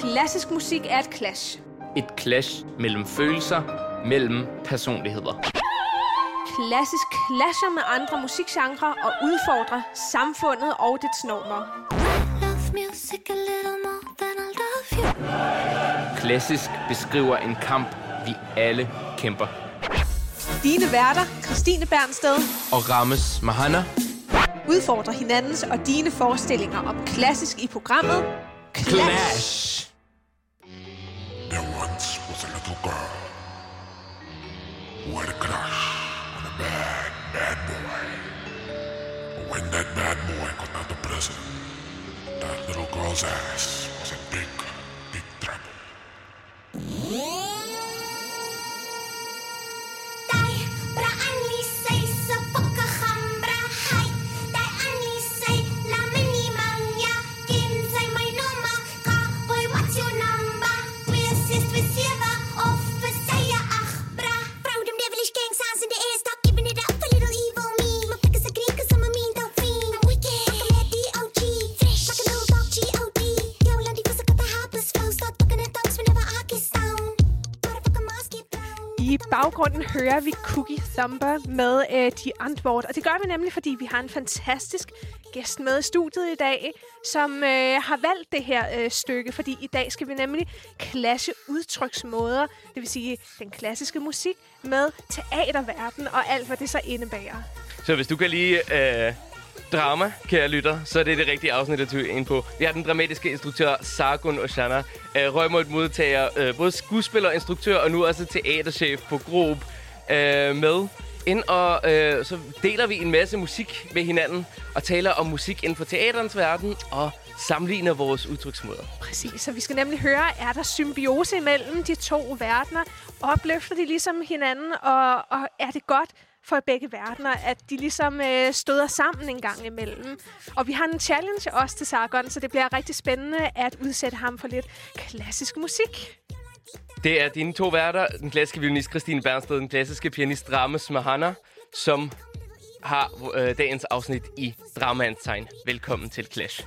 Klassisk musik er et clash. Et clash mellem følelser, mellem personligheder. Klassisk clasher med andre musikgenrer og udfordrer samfundet og dets normer. Klassisk beskriver en kamp, vi alle kæmper. Dine værter, Christine Bernsted Og Rames Mahana udfordrer hinandens og dine forestillinger om klassisk i programmet Clash. There once was a little girl who had a crush on a bad boy. When that bad boy got out of prison, that little girl's ass was in big trouble. I baggrunden hører vi Cookie Thumper med De Antwort. Og det gør vi nemlig, fordi vi har en fantastisk gæst med i studiet i dag, som har valgt det her stykke. Fordi i dag skal vi nemlig clashe udtryksmåder, det vil sige den klassiske musik, med teaterverden og alt, hvad det så indebærer. Så hvis du kan lide drama, kære lytter, så er det det rigtige afsnit at tage ind på. Vi har den dramatiske instruktør Sargun Oshana, Røgmål modtager, både skuespiller, instruktør og nu også teaterchef på Grob med ind, og så deler vi en masse musik med hinanden og taler om musik inden for teaterens verden og sammenligner vores udtryksmåder. Præcis, så vi skal nemlig høre, er der symbiose imellem de to verdener? Opløfter de ligesom hinanden, og er det godt for begge verdener, at de ligesom støder sammen en gang imellem? Og vi har en challenge også til Sargon, så det bliver rigtig spændende at udsætte ham for lidt klassisk musik. Det er dine to værter, den klassiske violinist Christine Bernsted, den klassiske pianist Rames Mahana, som har dagens afsnit i dramaens tegn. Velkommen til Clash.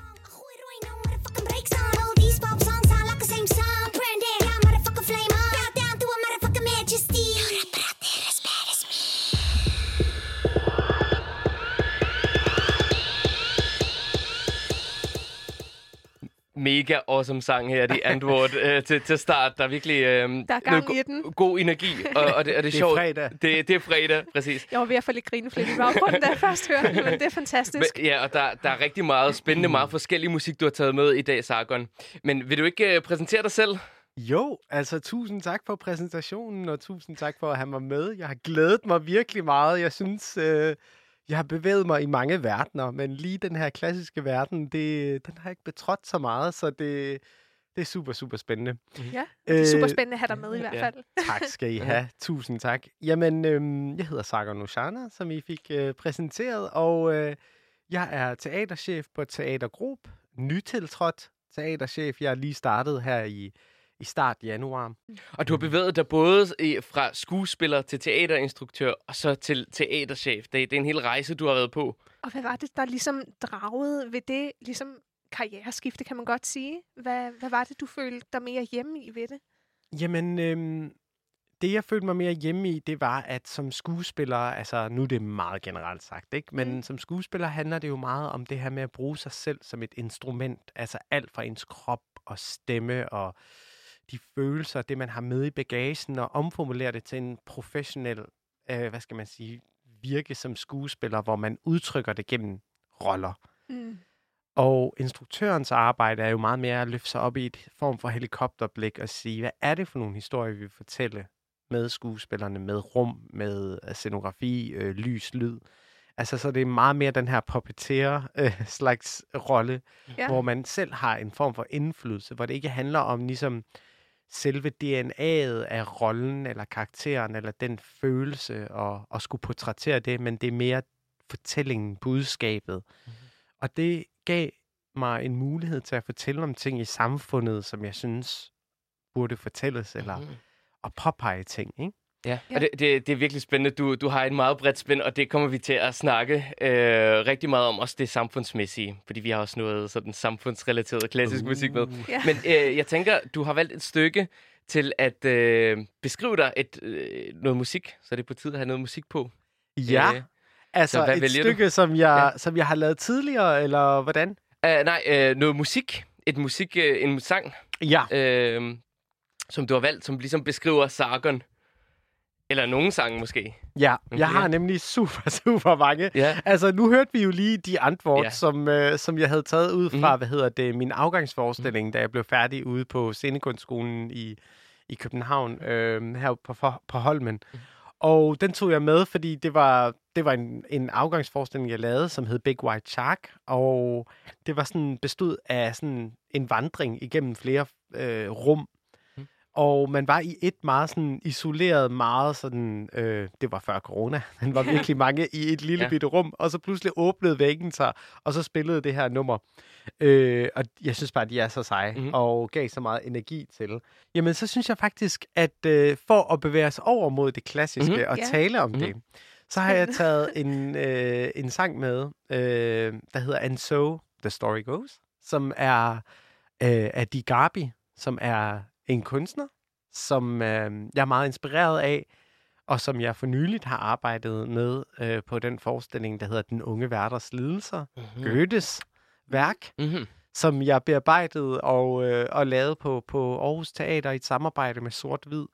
Mega awesome sang her, The Antwort, til start. Der er virkelig der er gang i den. God energi, og det er det sjovt. Er fredag. Det er fredag, præcis. Jeg var ved at få lidt grineflit i baggrunden, da jeg først hørte det, men det er fantastisk. Ja, og der er rigtig meget spændende, meget forskellig musik, du har taget med i dag, Sargon. Men vil du ikke præsentere dig selv? Jo, altså tusind tak for præsentationen, og tusind tak for at have mig med. Jeg har glædet mig virkelig meget. Jeg synes, jeg har bevæget mig i mange verdener, men lige den her klassiske verden, den har jeg ikke betrådt så meget, så det er super, super spændende. Ja, det er super spændende at have dig med i hvert fald. Tak skal I have. Tusind tak. Jamen, jeg hedder Sargon Oshana, som I fik præsenteret, og jeg er teaterchef på Teater Grob, nytiltrådt teaterchef. Jeg er lige startet her i start januar. Og du har bevæget dig både fra skuespiller til teaterinstruktør og så til teaterchef. Det er en hel rejse, du har været på. Og hvad var det, der ligesom dragede ved det ligesom karriereskifte, kan man godt sige? Hvad var det, du følte dig mere hjemme i ved det? Jamen, det jeg følte mig mere hjemme i, det var, at som skuespiller, altså nu er det meget generelt sagt, ikke? Men som skuespiller handler det jo meget om det her med at bruge sig selv som et instrument. Altså alt fra ens krop og stemme og de følelser, det man har med i bagagen, og omformulere det til en professionel, virke som skuespiller, hvor man udtrykker det gennem roller. Og instruktørens arbejde er jo meget mere at løfte sig op i et form for helikopterblik og sige, hvad er det for nogle historier, vi vil fortælle med skuespillerne, med rum, med scenografi, lys, lyd. Altså, så det er meget mere den her puppeteer rolle, hvor man selv har en form for indflydelse, hvor det ikke handler om ligesom selve DNA'et af rollen eller karakteren eller den følelse og skulle portrættere det, men det er mere fortællingen, budskabet. Og det gav mig en mulighed til at fortælle om ting i samfundet, som jeg synes burde fortælles, eller at påpege ting, ikke? Ja, og det er virkelig spændende. Du har et meget bredt spænd, og det kommer vi til at snakke rigtig meget om, også det samfundsmæssige, fordi vi har også noget sådan samfundsrelateret klassisk musik med. Ja. Men jeg tænker, du har valgt et stykke til at beskrive dig noget musik, så det er på tide at have noget musik på. Ja, altså et stykke, som jeg har lavet tidligere, eller hvordan? Noget musik. En sang, som du har valgt, som ligesom beskriver Sargon. Eller nogen sange måske. Ja, jeg har nemlig super mange. Ja. Altså, nu hørte vi jo lige de antwort, som jeg havde taget ud fra, min afgangsforestilling, da jeg blev færdig ude på Scenekunstskolen i København, her på Holmen. Og den tog jeg med, fordi det var en afgangsforestilling, jeg lavede, som hed Big White Shark. Og det var sådan bestod af sådan en vandring igennem flere rum. Og man var i et meget sådan isoleret, meget sådan, det var før corona, man var virkelig mange i et lille bitte rum, og så pludselig åbnede væggen sig, og så spillede det her nummer. Og jeg synes bare, de er så seje, og gav så meget energi til. Jamen, så synes jeg faktisk, at for at bevæge os over mod det klassiske og tale om det, så har jeg taget en sang med, der hedder And So The Story Goes, som er af Dee Garby, som er en kunstner, som jeg er meget inspireret af, og som jeg for nyligt har arbejdet med på den forestilling, der hedder Den unge værters lidelser, Goethes værk, som jeg bearbejdede og lavede på Aarhus Teater i et samarbejde med Sort-Hvid.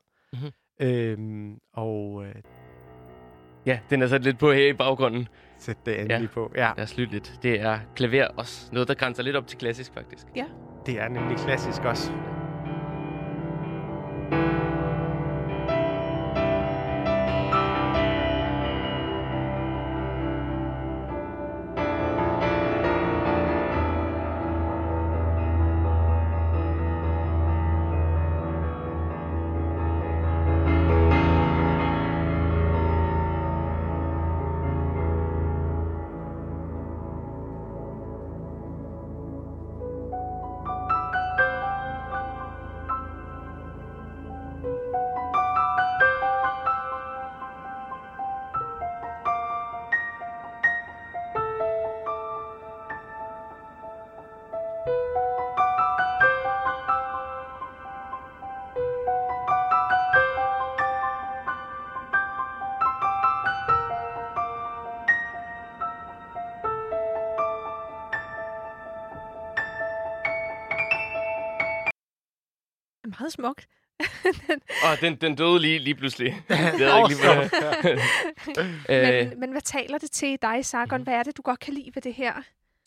Ja, den er sat lidt på her i baggrunden. Sæt det endelig på, ja. Det er slut lidt. Det er klaver også. Noget, der grænser lidt op til klassisk, faktisk. Ja. Det er nemlig klassisk også. Meget smukt. Den døde lige pludselig. Det er ikke lige men hvad taler det til dig, Sargon? Hvad er det, du godt kan lide ved det her?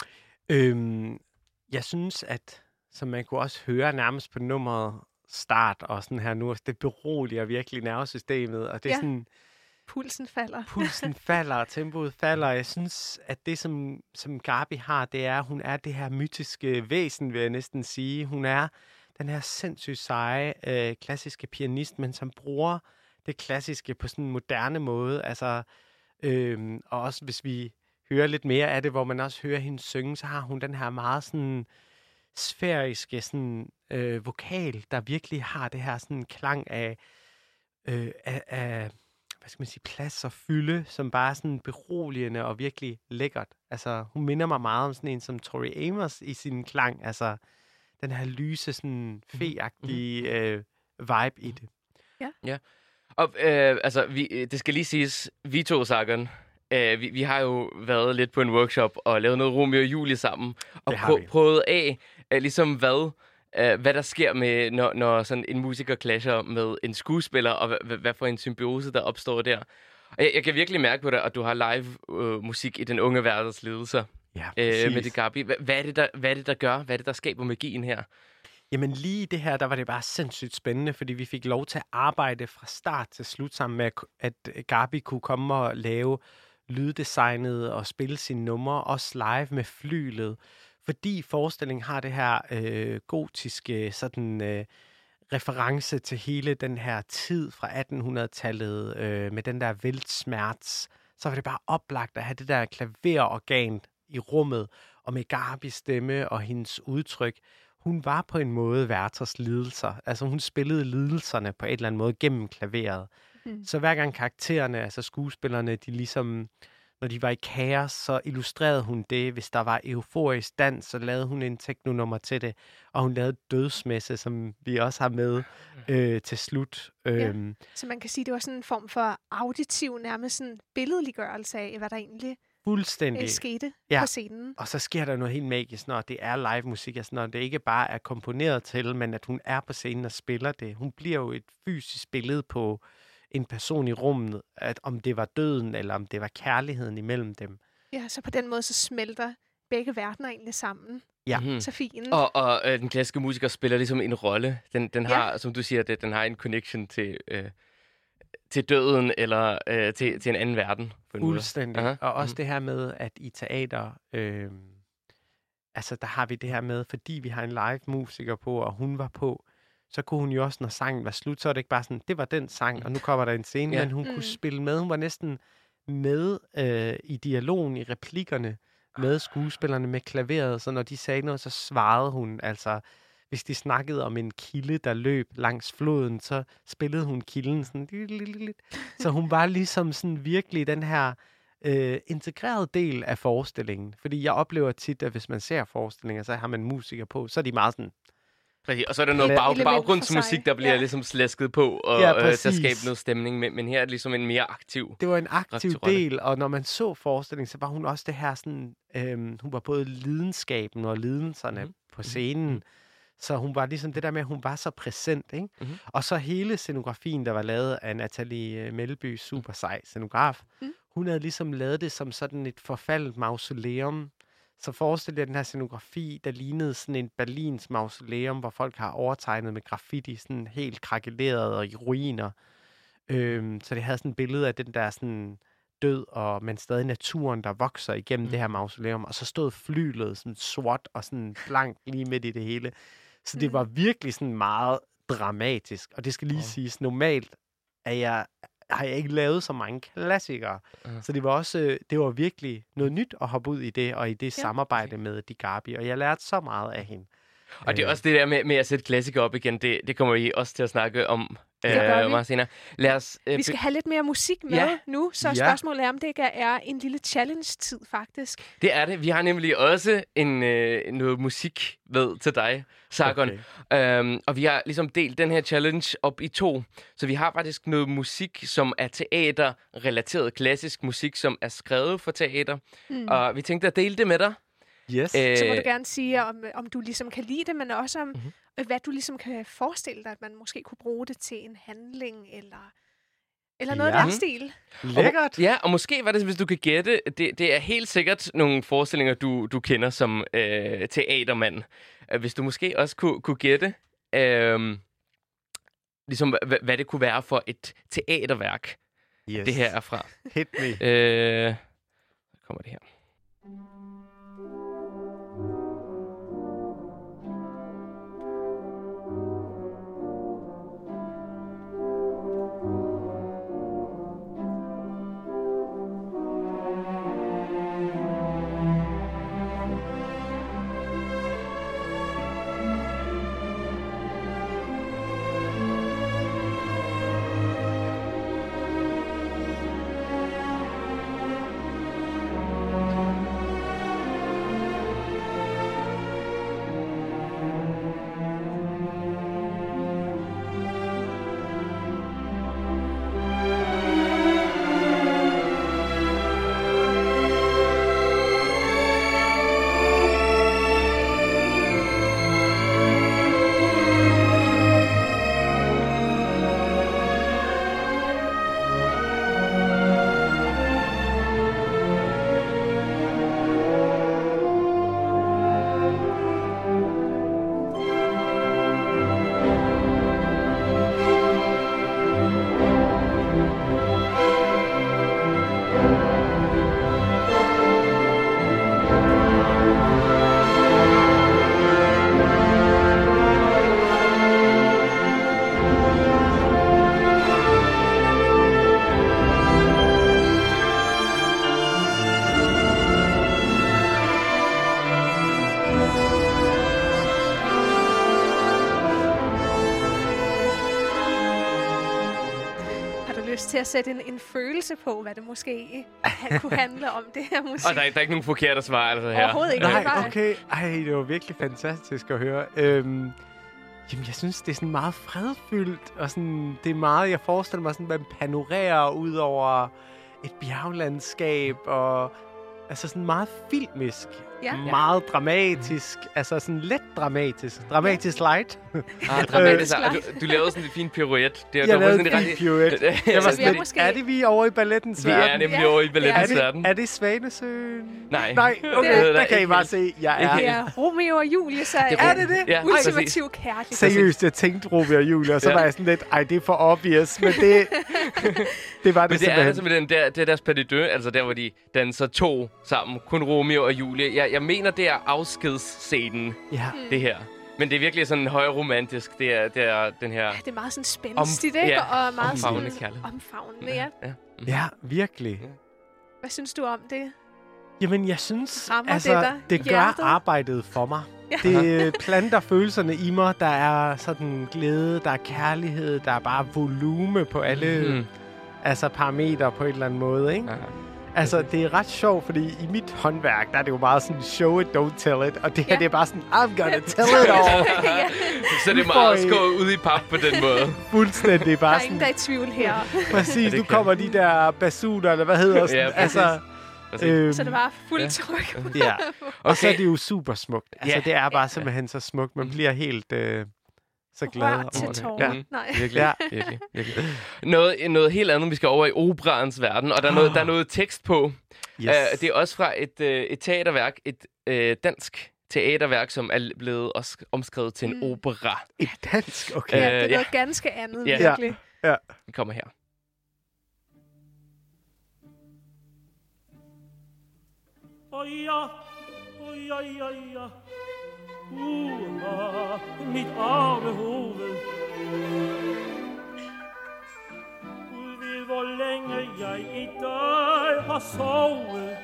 Jeg synes, at som man kunne også høre nærmest på nummeret start og sådan her nu, det beroliger virkelig nervesystemet, og det er sådan... Pulsen falder. Pulsen falder, tempoet falder. Jeg synes, at det, som Garby har, det er, hun er det her mytiske væsen, vil jeg næsten sige. Hun er den her sindssygt seje klassiske pianist, men som bruger det klassiske på sådan en moderne måde. Altså, og også hvis vi hører lidt mere af det, hvor man også hører hende synge, så har hun den her meget sådan sfæriske sådan, vokal, der virkelig har det her sådan klang af hvad skal man sige, plads og fylde, som bare er sådan beroligende og virkelig lækkert. Altså, hun minder mig meget om sådan en som Tori Amos i sin klang. Altså, den her lyse, sådan fe-agtige vibe i det. Ja. Og altså, det skal lige siges, vi to, Sargon, vi har jo været lidt på en workshop og lavet noget Romeo og Julie sammen. Og prøvet af, ligesom hvad der sker med, når sådan en musiker clasher med en skuespiller, og hvad for en symbiose, der opstår der. Og jeg kan virkelig mærke på det, at du har live musik i Den unge værters lidelser. Ja, med det Garby. Hvad er det, der gør? Hvad er det, der skaber magien her? Jamen lige det her, der var det bare sindssygt spændende, fordi vi fik lov til at arbejde fra start til slut sammen med, at Garby kunne komme og lave lyddesignet og spille sine numre, også live med flylet. Fordi forestillingen har det her gotiske sådan, reference til hele den her tid fra 1800-tallet med den der Weltschmerz, så var det bare oplagt at have det der klaverorgan i rummet, og med Garbys stemme og hendes udtryk. Hun var på en måde Werthers lidelser. Altså hun spillede lidelserne på et eller andet måde gennem klaveret. Så hver gang karaktererne, altså skuespillerne, de ligesom, når de var i kaos, så illustrerede hun det. Hvis der var euforisk dans, så lavede hun en teknonummer til det. Og hun lavede dødsmesse, som vi også har med til slut. Så man kan sige, det var sådan en form for auditiv, nærmest sådan billedliggørelse af, hvad der egentlig Fuldstændig. Skete på scenen. Og så sker der noget helt magisk, når det er live musik, altså når det ikke bare er komponeret til, men at hun er på scenen og spiller det. Hun bliver jo et fysisk billede på en person i rummet, at om det var døden, eller om det var kærligheden imellem dem. Ja, så på den måde, så smelter begge verdener egentlig sammen. Ja. Så fint. Og den klassiske musiker spiller ligesom en rolle. Den har, som du siger, den har en connection til døden, eller til en anden verden. Fuldstændig. Og også det her med, at i teater, altså der har vi det her med, fordi vi har en live musiker på, og hun var på, så kunne hun jo også, når sangen var slut, så er det ikke bare sådan, det var den sang, og nu kommer der en scene, men hun kunne spille med. Hun var næsten med i dialogen, i replikkerne med skuespillerne, med klaveret, så når de sagde noget, så svarede hun. Altså, hvis de snakkede om en kilde, der løb langs floden, så spillede hun kilden sådan. Så hun var ligesom sådan virkelig den her integrerede del af forestillingen. Fordi jeg oplever tit, at hvis man ser forestillinger, så har man musikere på, så er de meget sådan. Præcis. Og så er der noget baggrundsmusik, der bliver ligesom slæsket på og til at skabe noget stemning. Men her er det ligesom en mere aktiv. Det var en aktiv del, og når man så forestillingen, så var hun også det her sådan, hun var både lidenskaben og lidelserne på scenen. Så hun var ligesom det der med, at hun var så præsent, ikke? Og så hele scenografien, der var lavet af Nathalie Melby, super sej scenograf, hun havde ligesom lavet det som sådan et forfaldet mausoleum. Så forestil jer den her scenografi, der lignede sådan en Berlins mausoleum, hvor folk har overtegnet med graffiti, sådan helt krakeleret og i ruiner. Så det havde sådan et billede af den der sådan død, men stadig naturen, der vokser igennem det her mausoleum. Og så stod flylet sådan sort og sådan blank lige midt i det hele. Så det var virkelig sådan meget dramatisk. Og det skal lige siges, normalt har jeg ikke lavet så mange klassikere. Så det var også, det var virkelig noget nyt at hoppe ud i det, og i det samarbejde med Digabi. Og jeg lærte så meget af hende. Og det er også det der med at sætte klassikere op igen, det kommer vi også til at snakke om meget senere. Lad os, vi skal have lidt mere musik med nu, så spørgsmålet er, om det ikke er en lille challenge-tid, faktisk. Det er det. Vi har nemlig også noget musik ved til dig, Sargon. Okay. Og vi har ligesom delt den her challenge op i 2. Så vi har faktisk noget musik, som er teater-relateret, klassisk musik, som er skrevet for teater. Og vi tænkte at dele det med dig. Yes. Så må du gerne sige, om du ligesom kan lide det, men også om, hvad du ligesom kan forestille dig, at man måske kunne bruge det til en handling, eller noget af den stil. Lækkert. Og måske var det, hvis du kan gætte, det er helt sikkert nogle forestillinger, du kender som teatermand. Hvis du måske også kunne gætte, ligesom, hvad det kunne være for et teaterværk, det her er fra. Hit me. Så kommer det her. lyst til at sætte en følelse på, hvad det måske kunne handle om, det her musik. Og der er ikke nogen forkerte svar altså her. Overhovedet ikke. Nej, okay. Ej, det var virkelig fantastisk at høre. Jamen, jeg synes, det er sådan meget fredfyldt, og sådan, det er meget, jeg forestiller mig, sådan, man panorerer ud over et bjerglandskab, og altså sådan meget filmisk, meget dramatisk, altså sådan lidt dramatisk light. Dramatisk. Du lavede sådan en fin pirouette. Jeg lavede en fin pirouette. Jeg var sådan lidt, er det vi over i ballettens verden? Vi er nemlig over i ballettens verden. Er det Svanesøen? Nej, okay, der kan I bare se, jeg er. Ja, Romeo og Julie, så er det det? Ja, ultimativ kærlighed. Seriøst, jeg tænkte Romeo og Julie, og så var jeg sådan lidt, det er for obvious, men det var det men simpelthen. Det er simpelthen det er deres pas de deux, altså der, hvor de danser to sammen, kun Romeo og Julie. Jeg mener, det er afskedsscenen, det her. Men det er virkelig sådan højromantisk. Det er den her... Ja, det er meget sådan spændstigt, ikke? Og meget omfavnende sådan kærlighed. Omfavnende, Ja, virkelig. Hvad synes du om det? Jamen, jeg synes, Rammer det gør arbejdet for mig. Ja. Det planter følelserne i mig. Der er sådan glæde, der er kærlighed, der er bare volume på alle parametre på en eller anden måde, ikke? Altså, det er ret sjovt, fordi i mit håndværk, der er det jo meget sådan, show it, don't tell it. Og det her, det er bare sådan, I'm gonna tell it all. Så det er meget skåret ud i pap på den måde. Fuldstændig bare sådan. Der er ingen, der er i tvivl her. Præcis, nu kommer de der basuner, eller hvad hedder sådan. Altså, så det var fuldt tryk. Ja, og så er det jo super smukt. Altså, det er bare simpelthen så smukt. Man bliver helt... så glad over til tårer. Virkelig. Noget helt andet, vi skal over i operaens verden, og der er noget tekst på. Yes. Det er også fra et teaterværk, et dansk teaterværk, som er blevet også omskrevet til en opera. Et dansk? Okay. Ja, det er noget ganske andet, virkelig. Ja. Vi kommer her. Mit arme hoved. Gud ved, hvor længe jeg i dag har sovet.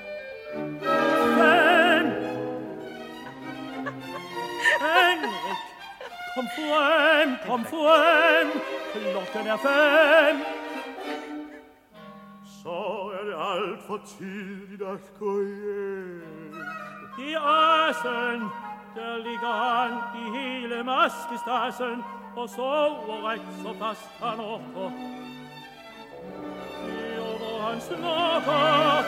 Men Henrik, kom frem, klokken er 5. Så er det alt for tidligt at gå hjem. I øsen, der ligger han i hele maskestassen og sover ret så fast han orker. Hvor han snakker.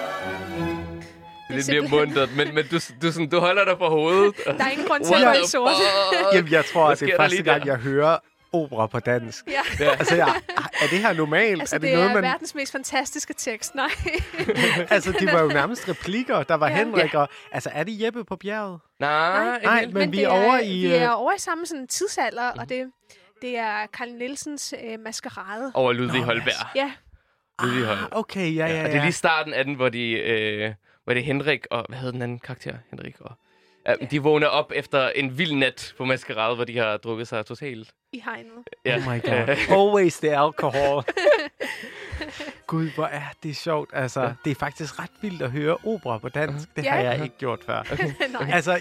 Det er lidt mere muntert, men du holder dig for hovedet. Der er ingen grund til at holde sort. Jamen, jeg tror, at det er første gang, jeg hører opera på dansk. Ja. Altså, er det her normalt? Altså, det er noget, verdens mest fantastiske tekst, nej. Altså, de var jo nærmest replikker. Der var Henrik og... Altså, er det Jeppe på bjerget? Nej, men vi er over i... Vi er over i samme sådan, tidsalder, og det er Carl Nielsens Maskerade. Over Ludvig Holberg. Ja. Ludvig Holberg. Okay, ja. Og det er lige starten af den, hvor det er Henrik og... Hvad hedder den anden karakter? Henrik og... De vågner op efter en vild nat på Maskerade, hvor de har drukket sig totalt. I hegnet. Ja. Oh my god. Always the alcohol. Gud, hvor er det sjovt. Altså, det er faktisk ret vildt at høre opera på dansk. Det har jeg ikke gjort før. Okay. Altså,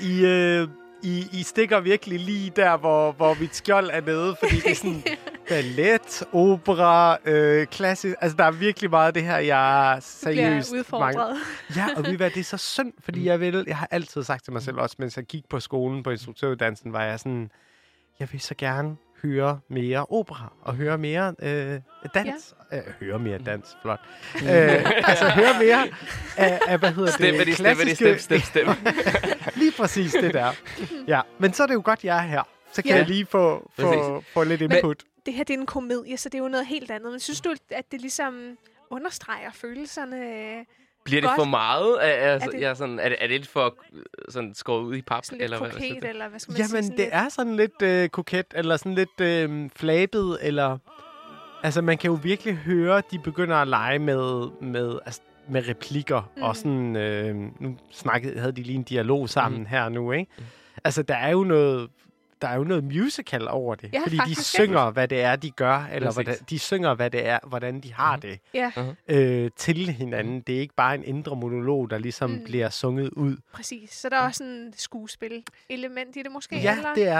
I stikker virkelig lige der, hvor mit skjold er nede, fordi det er sådan ballet, opera, klassisk. Altså, der er virkelig meget af det her, jeg seriøst... udfordret. Ja, og det er så synd, fordi jeg har altid sagt til mig selv, også mens jeg gik på skolen på instruktøruddannelsen, var jeg sådan, jeg vil så gerne høre mere opera og høre mere dans. Høre mere dans, flot. Altså høre mere af hvad hedder det? Klassiske... Step. Lige præcis det der. Ja, men så er det jo godt, jeg er her. Så kan jeg lige få lidt input. Men det her, det er en komedie, så det er jo noget helt andet. Men synes du, at det ligesom understreger følelserne... Bliver det for meget? Er det lidt for sådan skåret ud i pap? Sådan lidt koket, eller hvad skal man sige? Jamen, det er sådan lidt koket, eller sådan lidt flabet, eller... Altså, man kan jo virkelig høre, de begynder at lege med replikker, og sådan... Nu havde de lige en dialog sammen her nu, ikke? Altså, der er jo noget musical over det, fordi de synger, hvad det er, de gør, eller de synger, hvad det er, hvordan de har det til hinanden. Det er ikke bare en indre monolog, der ligesom bliver sunget ud. Præcis. Så der er også en skuespil-element i det måske? Ja, eller? det er der.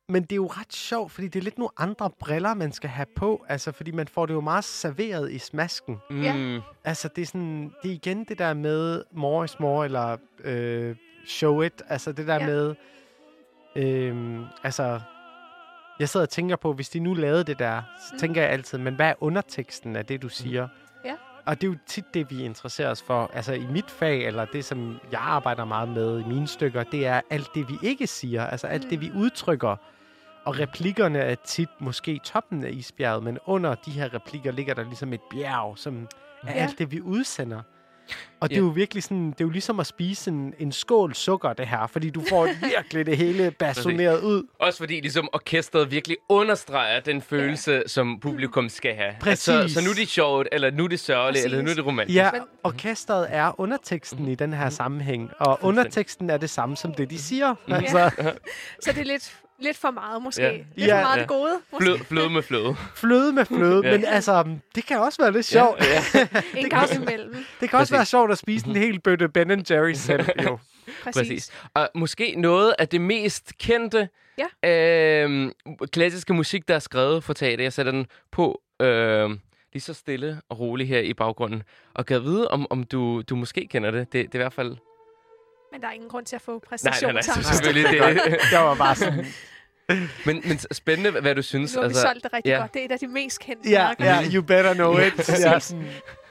Men det er jo ret sjovt, fordi det er lidt nogle andre briller, man skal have på. Altså, fordi man får det jo meget serveret i smasken. Ja. Altså, det er igen det der med more is more, eller show it. Altså, det der med... altså... Jeg sidder og tænker på, hvis de nu lavede det der, så tænker jeg altid, men hvad er underteksten af det, du siger? Ja. Og det er jo tit det, vi interesserer os for. Altså i mit fag, eller det, som jeg arbejder meget med i mine stykker, det er alt det, vi ikke siger. Altså alt det, vi udtrykker. Og replikkerne er tit måske toppen af isbjerget, men under de her replikker ligger der ligesom et bjerg, som er alt det, vi udsender. Og det er jo virkelig sådan, det er jo ligesom at spise en skål sukker, det her, fordi du får virkelig det hele basoneret ud. Også fordi ligesom orkestret virkelig understreger den følelse, som publikum skal have. Præcis. Altså, så nu er det sjovt, eller nu er det sørgeligt, eller nu er det romantisk. Ja, orkestret er underteksten i den her sammenhæng, og underteksten er det samme som det, de siger. Altså. Så det er lidt for meget, måske. Ja. Lidt for meget det gode, måske. Fløde med fløde. Fløde med fløde, men altså, det kan også være lidt sjovt. En gang imellem. Det kan også være sjovt at spise en hel bøtte Ben & Jerry's selv, jo. Præcis. Og måske noget af det mest kendte klassiske musik, der er skrevet for teater. Jeg sætter den på lige så stille og roligt her i baggrunden. Og kan vide, om du måske kender det. Det er i hvert fald... Men der er ingen grund til at få præstation. Nej, selvfølgelig det. Det var bare sådan... Men spændende, hvad du synes. Nu har vi solgt det rigtig godt. Det er et af de mest kendte værker. Ja, you better know it. Ja, sådan...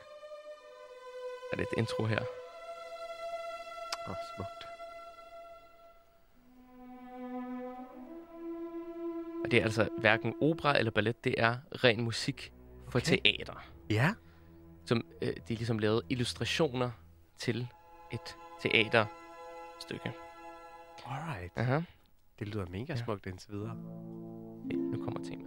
Er det et intro her? Smukt. Og det er altså hverken opera eller ballet, det er ren musik for teater. Ja. Som de ligesom lavede illustrationer til et teaterstykke. Alright. Aha. Det lyder mega smukt indtil videre. Okay, nu kommer temaet.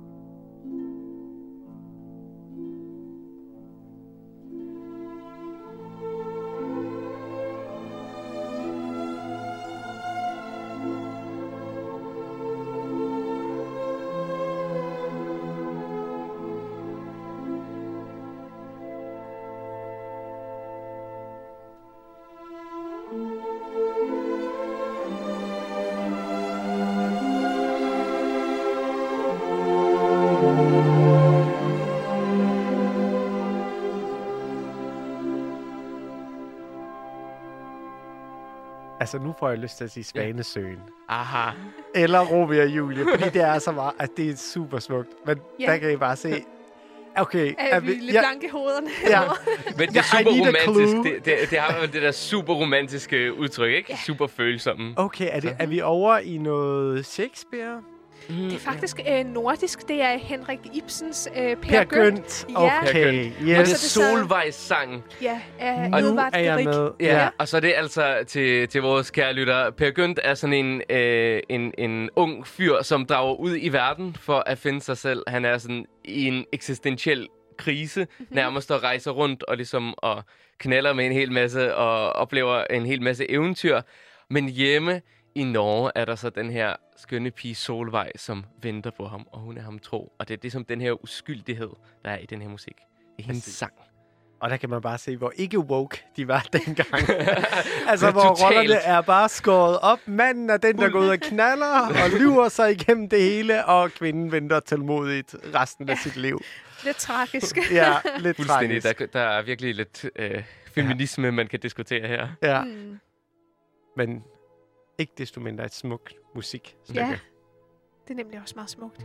Altså, nu får jeg lyst til at sige Svanesøen. Aha. Eller Romeo og Julie, fordi det er så meget, at det er super smukt. Men der kan I bare se... Okay. Er vi lidt blanke i hovederne? Ja. Men det er super romantisk. Det har jo det der super romantiske udtryk, ikke? Super følsomme. Okay, er vi over i noget Shakespeare? Det er faktisk nordisk. Det er Henrik Ibsens Per Gynt. Okay, yes. Og det er Solvejs sang. Ja, nu er jeg med. Ja, og så er det altså til vores kære lytter. Per Gynt er sådan en ung fyr, som drager ud i verden for at finde sig selv. Han er sådan i en eksistentiel krise, nærmest at rejse rundt og ligesom og knaller med en hel masse og oplever en hel masse eventyr. Men hjemme i Norge er der så den her skønne pige Solvej, som venter på ham, og hun er ham tro. Og det er ligesom den her uskyldighed, der er i den her musik. Det er hendes sang. Og der kan man bare se, hvor ikke woke de var dengang. Altså, hvor rollerne er bare skåret op. Manden er den, der går ud og knaller og lyver sig igennem det hele, og kvinden venter tålmodigt resten af sit liv. Lidt tragisk. Ja, lidt tragisk. Der er virkelig lidt feminisme, man kan diskutere her. Ja. Men ikke desto mindre et smukt musikstykke. Ja, det er nemlig også meget smukt.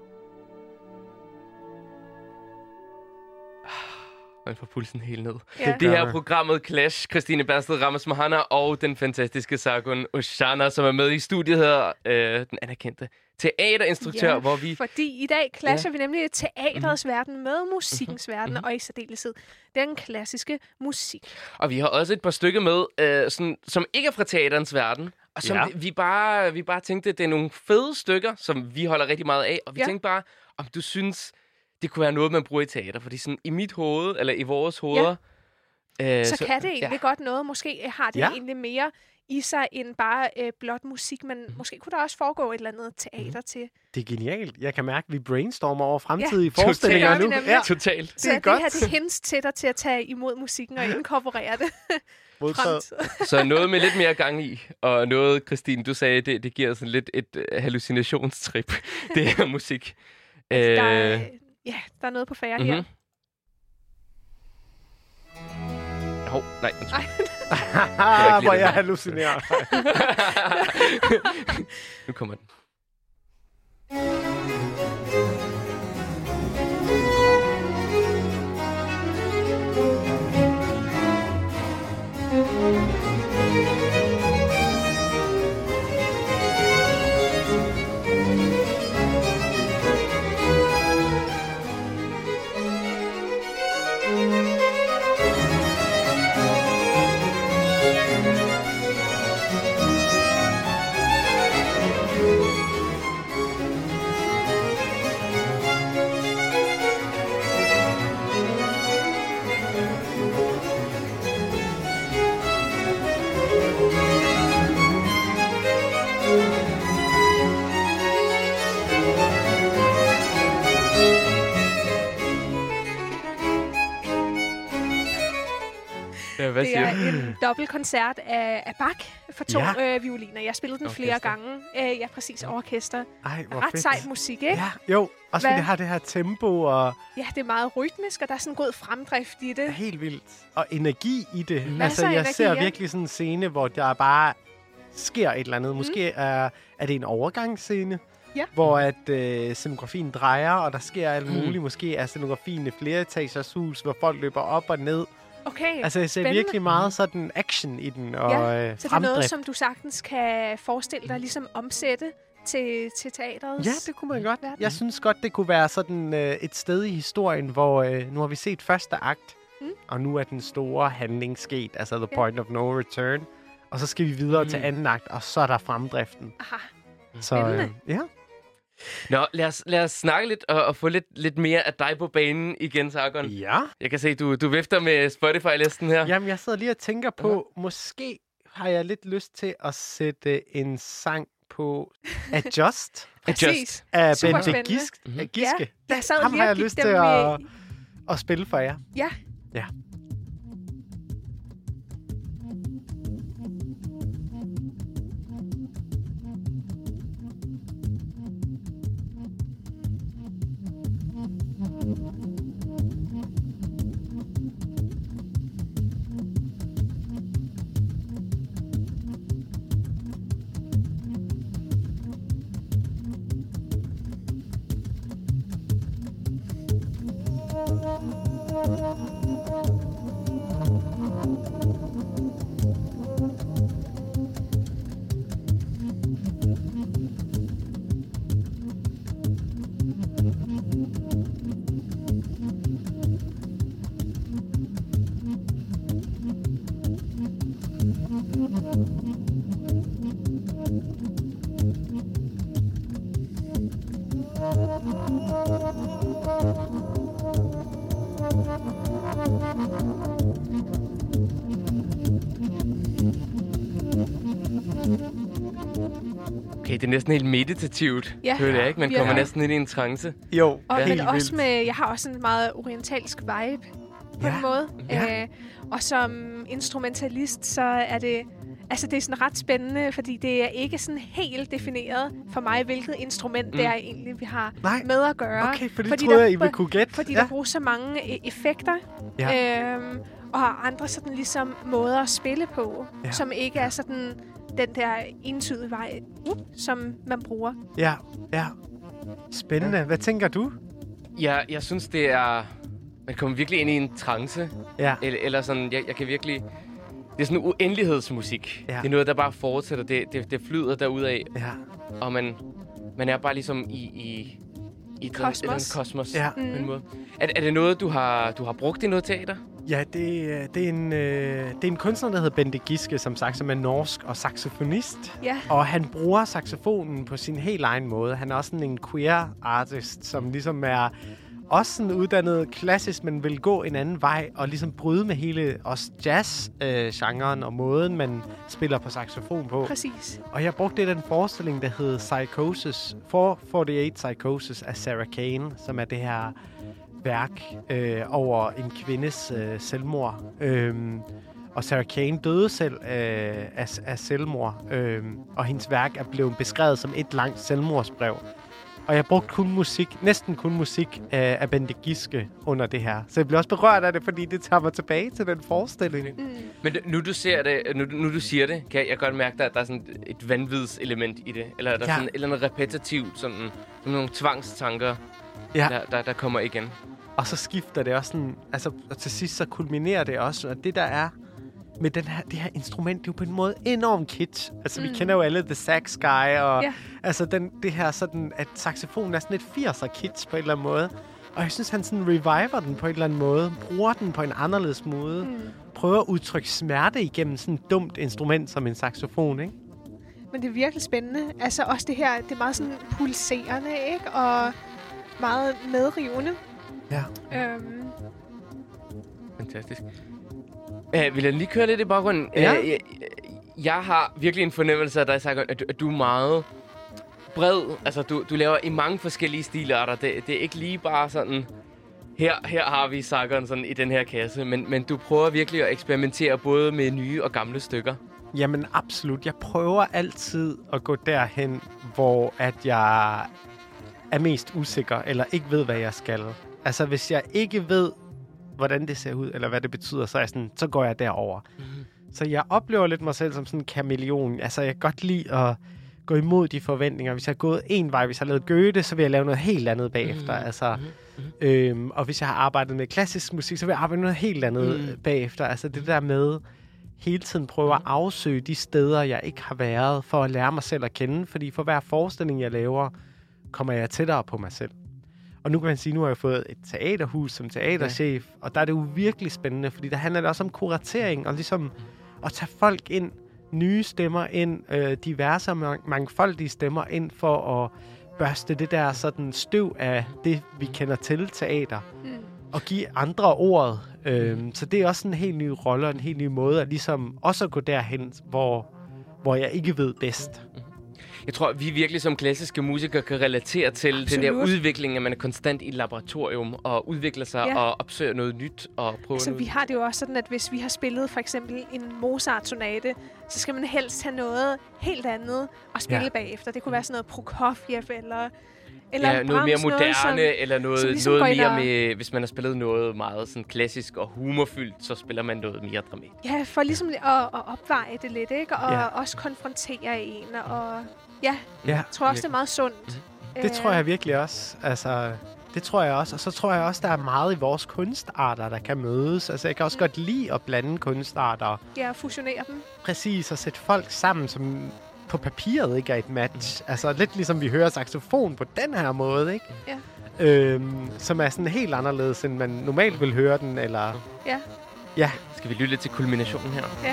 Man får pulsen helt ned. Ja. Det her programmet Clash, Christine Bersted Rammes-Mahana og den fantastiske Sargun Oshana, som er med i studiet her, den anerkendte teaterinstruktør, hvor vi... fordi i dag clasher vi nemlig teaterets verden med musikkens verden, og i særdeleshed den klassiske musik. Og vi har også et par stykker med, som ikke er fra teaterens verden, og som vi bare tænkte, det er nogle fede stykker, som vi holder rigtig meget af, og vi tænkte bare, om du synes, det kunne være noget, man bruger i teater, fordi sådan i mit hoved, eller i vores hoveder... så kan det egentlig godt noget. Måske har det egentlig mere i sig end bare blot musik, men måske kunne der også foregå et eller andet teater til. Det er genialt. Jeg kan mærke, at vi brainstormer over fremtidige Ja, forestillinger det gør nu. vi nemlig. Totalt. Så det godt. her, det hints til dig til at tage imod musikken og inkorporere det. Modtaget. Så noget med lidt mere gang i, og noget, Christine, du sagde, det giver sådan lidt et hallucinationstrip, det her musik. Der er noget på færre her. Nej, undskyld. Hvor jeg hallucinerer. Nu kommer den. Ja, hvad Det siger er du? en dobbeltkoncert af Bach for 2 violiner. Jeg spillede den flere Orkester. gange. Præcis. Orkester. Ej, hvor Ret fedt. sejt musik, ikke? Ja, jo. Også fordi Hvad? det har det her tempo og Ja, det er meget rytmisk, og der er sådan en god fremdrift i det. helt vildt. Og energi i det. Masser af jeg energi, ser ja. virkelig sådan en scene, hvor der bare sker et eller andet. Måske er det en overgangsscene, Ja. hvor at scenografien drejer, og der sker alt muligt. Måske er scenografien et flereetagers hus, hvor folk løber op og ned. Okay, Altså, jeg ser spændende. virkelig meget sådan action i den, og Ja, så det er fremdrift. noget, som du sagtens kan forestille dig ligesom omsætte til teateret. Ja, det kunne man godt. verden. Jeg synes godt, det kunne være sådan et sted i historien, hvor nu har vi set første akt, og nu er den store handling sket, altså the point of no return. Og så skal vi videre til anden akt, og så er der fremdriften. Aha. Så Spændende. ja. Nå, lad os snakke lidt og få lidt mere af dig på banen igen, Sargon. Ja. Jeg kan se, du vifter med Spotify-listen her. Jamen, jeg sidder lige og tænker på, måske har jeg lidt lyst til at sætte en sang på Adjust Præcis. af Super Bente spændende. Giske. Ja, jeg sad Ham lige har og jeg gik lyst dem til med- at spille for jer. Ja. Ja. Okay, det er næsten helt meditativt. Ja, Hørte jeg ikke? Man virkelig. kommer næsten ind i en trance. Jo, Og, helt men også vildt. med, jeg har også en meget orientalsk vibe på Ja, en måde. ja. Og som instrumentalist, så er det... Altså, det er sådan ret spændende, fordi det er ikke sådan helt defineret for mig, hvilket instrument det er egentlig, vi har Nej. med at gøre. Okay, for det Fordi troede der- jeg, I ville kunne gætte. Fordi Ja. der bruges så mange effekter, Ja. og andre sådan ligesom måder at spille på, Ja. som ikke er sådan den der entydige vej, som man bruger. Ja, ja. Spændende. Hvad tænker du? Jeg synes, det er... Man kommer virkelig ind i en trance. Ja. Eller sådan, jeg kan virkelig... Det er sådan en uendelighedsmusik. Ja. Det er noget, der bare fortsætter. Det flyder derudad. Ja. Og man er bare ligesom i et Kosmos. kosmos Ja. på en måde. Er det noget, du har brugt i noget teater? Ja, det er en kunstner, der hedder Bente Giske, som sagt, som er norsk og saxofonist. Ja. Og han bruger saxofonen på sin helt egen måde. Han er også sådan en queer artist, som ligesom er også sådan uddannet klassisk, men vil gå en anden vej og ligesom bryde med hele også jazz-genren og måden, man spiller på saxofon på. Præcis. Og jeg brugte den forestilling, der hed Psychosis, 448 Psychosis af Sarah Kane, som er det her værk over en kvindes selvmord. Og Sarah Kane døde selv af selvmord, og hendes værk er blevet beskrevet som et langt selvmordsbrev. Og jeg brugte næsten kun musik af Bente Giske under det her. Så jeg blev også berørt af det, fordi det tager mig tilbage til den forestilling. Men nu du ser det, nu du siger det, kan jeg godt mærke, at der er sådan et vanvidselement i det. Eller er der sådan et eller andet repetitivt, sådan nogle tvangstanker, der kommer igen. Og så skifter det også sådan, altså og til sidst så kulminerer det også, og det der er med det her instrument, det er jo på en måde enormt kitsch. Altså vi kender jo alle The Sax Guy, og altså det her sådan, at saxofonen er sådan et 80'er kitsch på en eller anden måde. Og jeg synes, han sådan reviver den på en eller anden måde, bruger den på en anderledes måde, prøver at udtrykke smerte igennem sådan et dumt instrument som en saxofon, ikke? Men det er virkelig spændende. Altså også det her, det er meget sådan pulserende, ikke? Og meget medrivende. Ja. Fantastisk. Vil jeg lige køre lidt i baggrunden? Ja. Jeg har virkelig en fornemmelse af dig, Sargon, at du er meget bred. Altså, du laver i mange forskellige stilarter. Det er ikke lige bare sådan, her har vi Sargon sådan i den her kasse. Men du prøver virkelig at eksperimentere både med nye og gamle stykker. Jamen absolut. Jeg prøver altid at gå derhen, hvor at jeg er mest usikker, eller ikke ved, hvad jeg skal. Altså, hvis jeg ikke ved, hvordan det ser ud, eller hvad det betyder, så går jeg derover. Så jeg oplever lidt mig selv som sådan en kameleon. Altså, jeg kan godt lide at gå imod de forventninger. Hvis jeg har gået en vej, hvis jeg har lavet Goethe, så vil jeg lave noget helt andet bagefter. Altså, og hvis jeg har arbejdet med klassisk musik, så vil jeg arbejde noget helt andet bagefter. Altså, det der med hele tiden prøve at afsøge de steder, jeg ikke har været, for at lære mig selv at kende. Fordi for hver forestilling, jeg laver, kommer jeg tættere på mig selv. Og nu kan man sige, nu har jeg fået et teaterhus som teaterchef, og der er det jo virkelig spændende, fordi der handler det også om kuratering, og ligesom at tage folk ind, nye stemmer ind, diverse og mangfoldige stemmer ind, for at børste det der sådan støv af det, vi kender til teater, og give andre ordet. Så det er også en helt ny rolle, og en helt ny måde at ligesom også at gå derhen, hvor jeg ikke ved bedst. Jeg tror, vi virkelig som klassiske musikere kan relatere til den der udvikling, at man er konstant i et laboratorium og udvikler sig og opsøger noget nyt og prøver noget. Vi har det jo også sådan, at hvis vi har spillet for eksempel en Mozart-sonate, så skal man helst have noget helt andet at spille bagefter. Det kunne være sådan noget Prokofjev eller noget mere moderne, eller noget ligesom mere med, hvis man har spillet noget meget sådan klassisk og humorfyldt, så spiller man noget mere dramatisk. Ja, for ligesom at opveje det lidt, ikke? Og også konfrontere en, og jeg tror også, det er meget sundt. Det tror jeg virkelig også. Altså, det tror jeg også. Og så tror jeg også, der er meget i vores kunstarter, der kan mødes. Altså, jeg kan også godt lide at blande kunstarter. Ja, fusionere dem. Præcis, og sætte folk sammen, som på papiret ikke er et match. Altså, lidt ligesom vi hører saxofon på den her måde, ikke? Ja. Som er sådan helt anderledes, end man normalt vil høre den, eller... Ja. Skal vi lytte lidt til kulminationen her? Ja.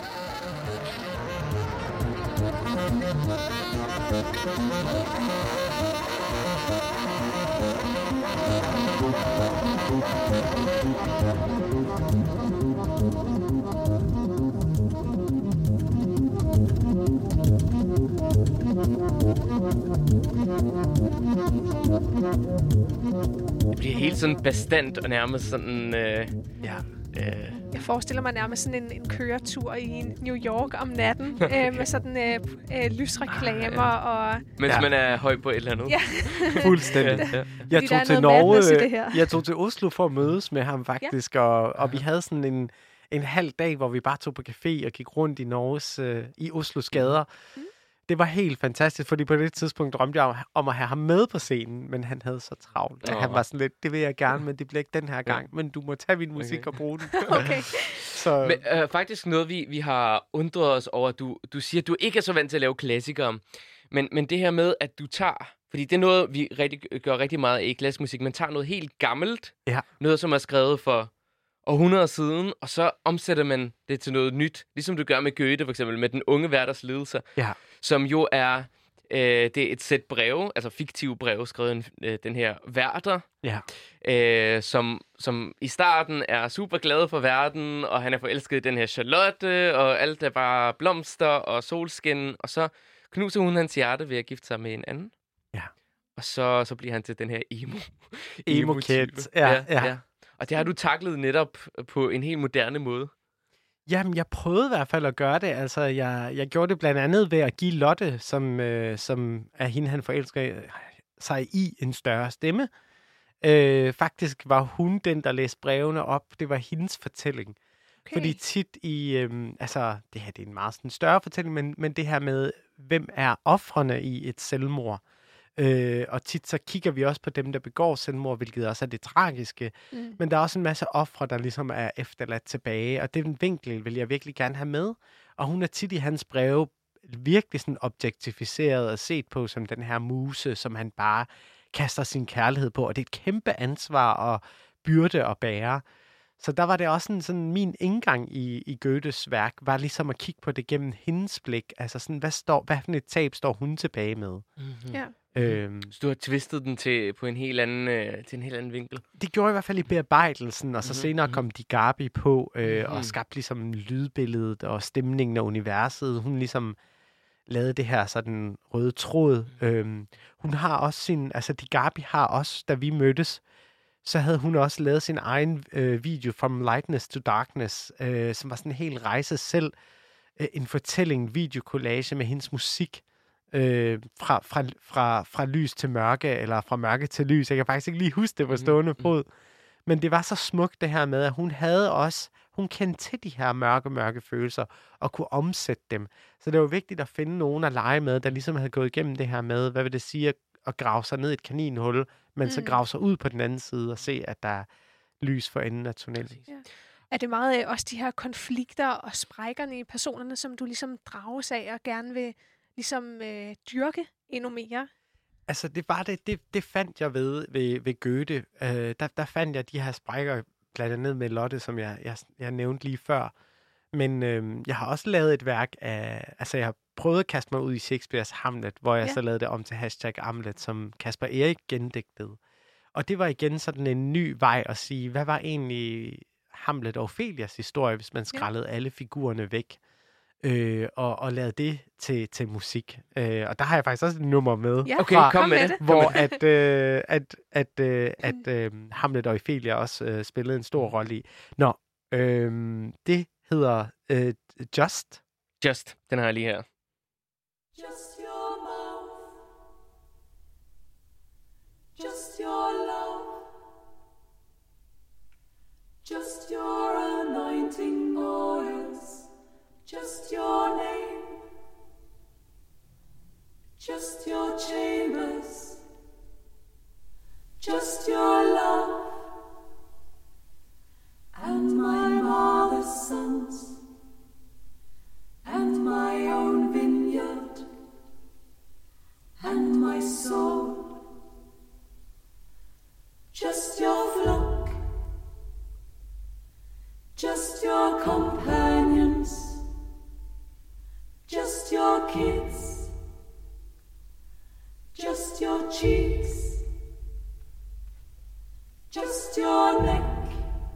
Det bliver helt sådan bastant og nærmest sådan... Jeg forestiller mig nærmest sådan en køretur i New York om natten med sådan lysreklamer og... Mens man er høj på et eller andet. Ja. Fuldstændig. Jeg tog til Norge. Jeg tog til Oslo for at mødes med ham faktisk, og vi havde sådan en halv dag, hvor vi bare tog på café og gik rundt i Norges i Oslos gader. Det var helt fantastisk, fordi på det tidspunkt drømte jeg om at have ham med på scenen, men han havde så travlt. Han var sådan lidt, det vil jeg gerne, men det bliver ikke den her gang. Men du må tage min musik og bruge den. Okay. Så. Men, faktisk noget, vi har undret os over. Du siger, at du ikke er så vant til at lave klassikere. Men det her med, at du tager... Fordi det er noget, vi gør rigtig meget i klassisk musik. Man tager noget helt gammelt. Ja. Noget, som er skrevet for århundreder siden, og så omsætter man det til noget nyt. Ligesom du gør med Goethe, for eksempel, med Den unge værters lidelse. Ja. Som jo er Det er et sæt breve, altså fiktive breve, skrevet den her Werther, som i starten er super glad for verden, og han er forelsket i den her Charlotte, og alt er bare blomster og solskin, og så knuser hun hans hjerte ved at gifte sig med en anden. Ja. Og så bliver han til den her emo-kid. Ja. Og det har du taklet netop på en helt moderne måde. Jamen, jeg prøvede i hvert fald at gøre det. Altså, jeg gjorde det blandt andet ved at give Lotte, som er hende, han forelsker sig i, en større stemme. Faktisk var hun den, der læste brevene op. Det var hendes fortælling. Okay. Fordi tit i... det her det er en meget sådan større fortælling, men det her med, hvem er ofrene i et selvmord? Og tit så kigger vi også på dem, der begår selvmord, hvilket også er det tragiske. Men der er også en masse ofre, der ligesom er efterladt tilbage, og den vinkel vil jeg virkelig gerne have med. Og hun er tit i hans breve virkelig sådan objektificeret og set på som den her muse, som han bare kaster sin kærlighed på. Og det er et kæmpe ansvar og byrde at bære. Så der var det også sådan min indgang i Goethes værk, var ligesom at kigge på det gennem hendes blik. Altså sådan, hvad for et tab står hun tilbage med? Mm-hmm. Ja. Så du har twistet den til en helt anden vinkel? Det gjorde jeg i hvert fald i bearbejdelsen, og så senere kom Di Garbi på, og skabte ligesom lydbilledet og stemningen af universet. Hun ligesom lavede det her sådan røde tråd. Hun har også Di Garbi har også, da vi mødtes, så havde hun også lavet sin egen video, From Lightness to Darkness, som var sådan en hel rejse selv. En fortælling, videokollage med hendes musik. Fra lys til mørke, eller fra mørke til lys. Jeg kan faktisk ikke lige huske det på stående fod. Men det var så smukt det her med, at hun kendte til de her mørke følelser, og kunne omsætte dem. Så det var vigtigt at finde nogen at lege med, der ligesom havde gået igennem det her med, hvad vil det sige at grave sig ned i et kaninhul, men så grave sig ud på den anden side og se, at der er lys for enden af tunnelen. Ja. Er det meget også de her konflikter og sprækkerne i personerne, som du ligesom drages af og gerne vil ligesom dyrke endnu mere? Altså, det var det fandt jeg ved Goethe. Der fandt jeg de her sprækker, blandt andet med Lotte, som jeg nævnte lige før. Men jeg har også lavet et værk af... Altså, jeg har prøvet at kaste mig ud i Shakespeares Hamlet, hvor jeg så lavede det om til #Hamlet, som Kasper Erik gendigtede. Og det var igen sådan en ny vej at sige, hvad var egentlig Hamlet og Ophelias historie, hvis man skrællede alle figurerne væk? Og lavede det til musik. Og der har jeg faktisk også et nummer med. Ja. Okay, kom med det. Hvor at Hamlet og Ophelia også spillede en stor rolle i. Det hedder Just. Just, den har jeg lige her. Just your mouth, just your love, just your anointing oils, just your name, just your chambers, just your love, and my mother's sons, and my own vineyard, and my soul, just your flock, just your companions, just your kids, just your cheeks, just your neck,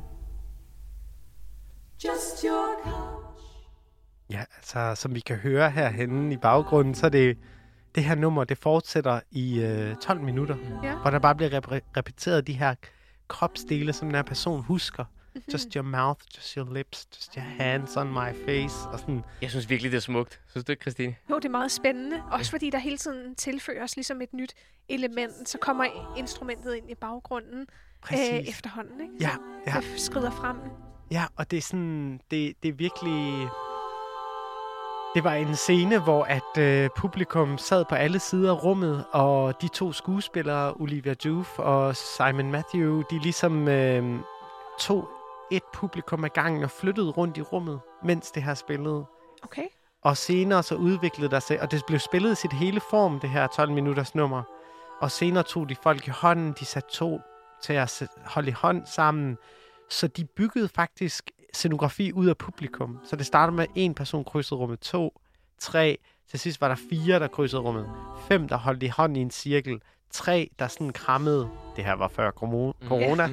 just your couch. Ja, altså, som vi kan høre herhenne i baggrunden, så er det her nummer, det fortsætter i 12 minutter, hvor der bare bliver repeteret de her kropsdele, som den her person husker. Just your mouth, just your lips, just your hands on my face. Og sådan. Jeg synes virkelig, det er smukt. Synes du ikke, Christine? Jo, det er meget spændende. Også fordi der hele tiden tilføres ligesom et nyt element. Så kommer instrumentet ind i baggrunden efterhånden. Ikke? Ja, ja. Det skrider frem. Ja, og det er sådan, det er virkelig... Det var en scene, hvor at publikum sad på alle sider af rummet, og de to skuespillere, Olivia Joof og Simon Matthew, de ligesom tog et publikum ad gangen og flyttede rundt i rummet, mens det her spillede. Okay. Og senere så udviklede der sig, og det blev spillet i sit hele form, det her 12 minutters nummer. Og senere tog de folk i hånden, de satte to til at holde i hånd sammen, så de byggede faktisk scenografi ud af publikum. Så det startede med, en person krydsede rummet 2, 3, til sidst var der 4, der krydsede rummet. 5, der holdt i hånd i en cirkel. 3, der sådan krammede. Det her var før corona.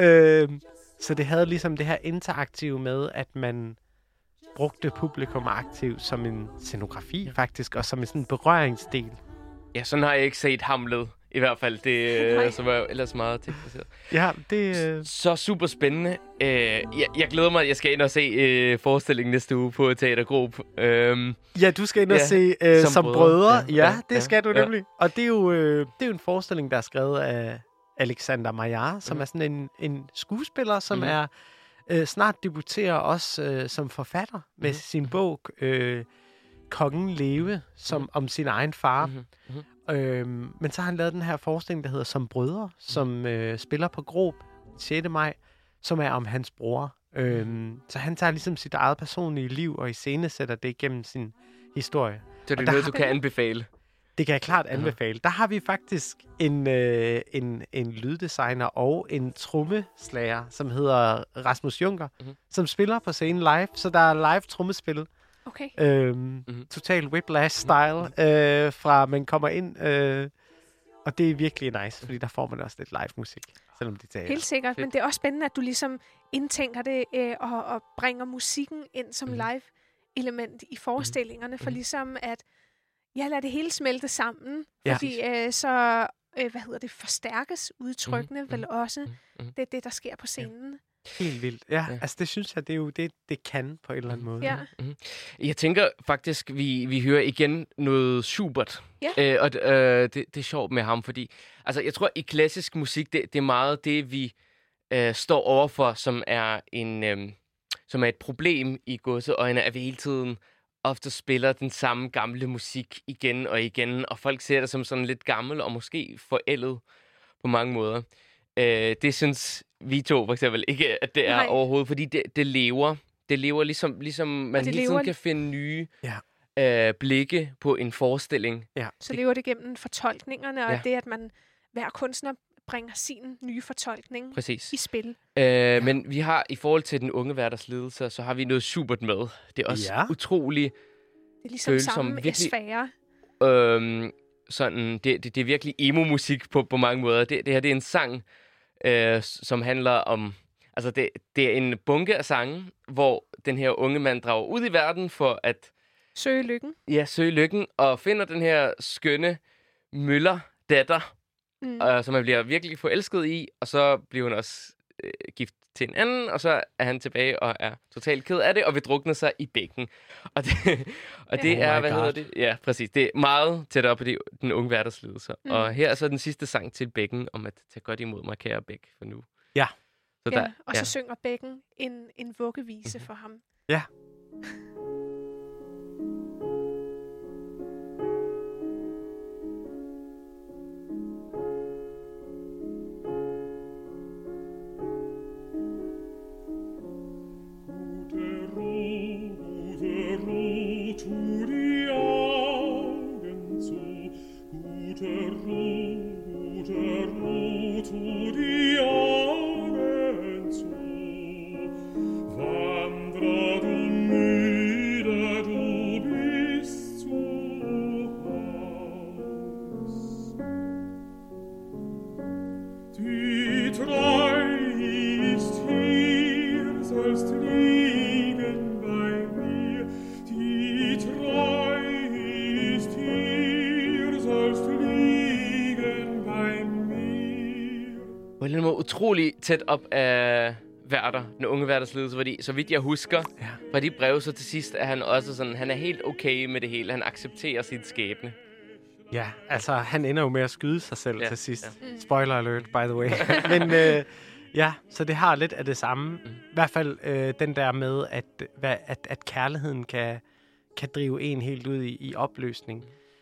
Så det havde ligesom det her interaktive med, at man brugte publikum aktivt som en scenografi faktisk, og som en sådan berøringsdel. Ja, sådan har jeg ikke set Hamlet. I hvert fald, det som er ellers meget tekniseret. Ja, det... Så super spændende. Jeg glæder mig, at jeg skal ind og se forestillingen næste uge på Teater Grob. Ja, du skal ind og se som brødre. Ja, det skal du nemlig. Og det er jo en forestilling, der er skrevet af Alexander Maillard, som er sådan en skuespiller, som er snart debuterer også som forfatter med sin bog Kongen Leve, som om sin egen far. Men så har han lavet den her forestilling, der hedder Som Brødre, som spiller på Grob 6. maj, som er om hans bror. Så han tager ligesom sit eget personlige liv og iscenesætter det igennem sin historie. Så det er noget, du kan anbefale? Det kan jeg klart anbefale. Der har vi faktisk en lyddesigner og en trommeslager, som hedder Rasmus Juncker, som spiller på scenen live. Så der er live trommespil. Okay. Total Whiplash-style, fra man kommer ind, og det er virkelig nice, fordi der får man også lidt live musik, selvom det tager. Helt sikkert, men det er også spændende, at du ligesom indtænker det og bringer musikken ind som live-element i forestillingerne, for ligesom at lade det hele smelte sammen, fordi så forstærkes udtrykkene vel også. Det er det, der sker på scenen. Helt vildt. Ja, altså det synes jeg, det er jo det kan på en eller anden måde. Ja. Jeg tænker faktisk, vi hører igen noget Schubert. Ja. Og det er sjovt med ham, fordi altså, jeg tror, i klassisk musik, det er meget det, vi står overfor, som er et problem i godseøjne, at vi hele tiden ofte spiller den samme gamle musik igen og igen, og folk ser det som sådan lidt gammel og måske forældet på mange måder. Det synes vi to for eksempel ikke, at det er overhovedet, fordi det lever. Det lever ligesom man hele tiden kan finde nye blikke på en forestilling. Ja. Så lever det gennem fortolkningerne, og det, at hver kunstner bringer sin nye fortolkning i spil. Men vi har, i forhold til den unge værters ledelse, så har vi noget Schubert med. Det er også utrolig det er ligesom samme sfære. Sådan, det er virkelig emo-musik på mange måder. Det her det er en sang, som handler om... Altså, det er en bunke af sange, hvor den her unge mand drager ud i verden for at... Søge lykken. Ja, søge lykken, og finder den her skønne møllerdatter, som han bliver virkelig forelsket i, og så bliver hun også gift til en anden, og så er han tilbage og er totalt ked af det, og vil drukne sig i bækken. Og det er, hvad hedder det? Ja, præcis. Det er meget tæt op på den unge hverdagsledelse. Og her er så den sidste sang til bækken, om at tage godt imod mig, kære bæk, for nu. Ja. Så synger bækken en vuggevise for ham. Ja. Utrolig tæt op af værter, den unge værtersledelse, fordi så vidt jeg husker fra de breve, så til sidst er han også sådan, han er helt okay med det hele. Han accepterer sit skæbne. Ja, altså han ender jo med at skyde sig selv til sidst. Ja. Spoiler alert, by the way. Men så det har lidt af det samme. I hvert fald den der med, at kærligheden kan drive en helt ud i opløsning.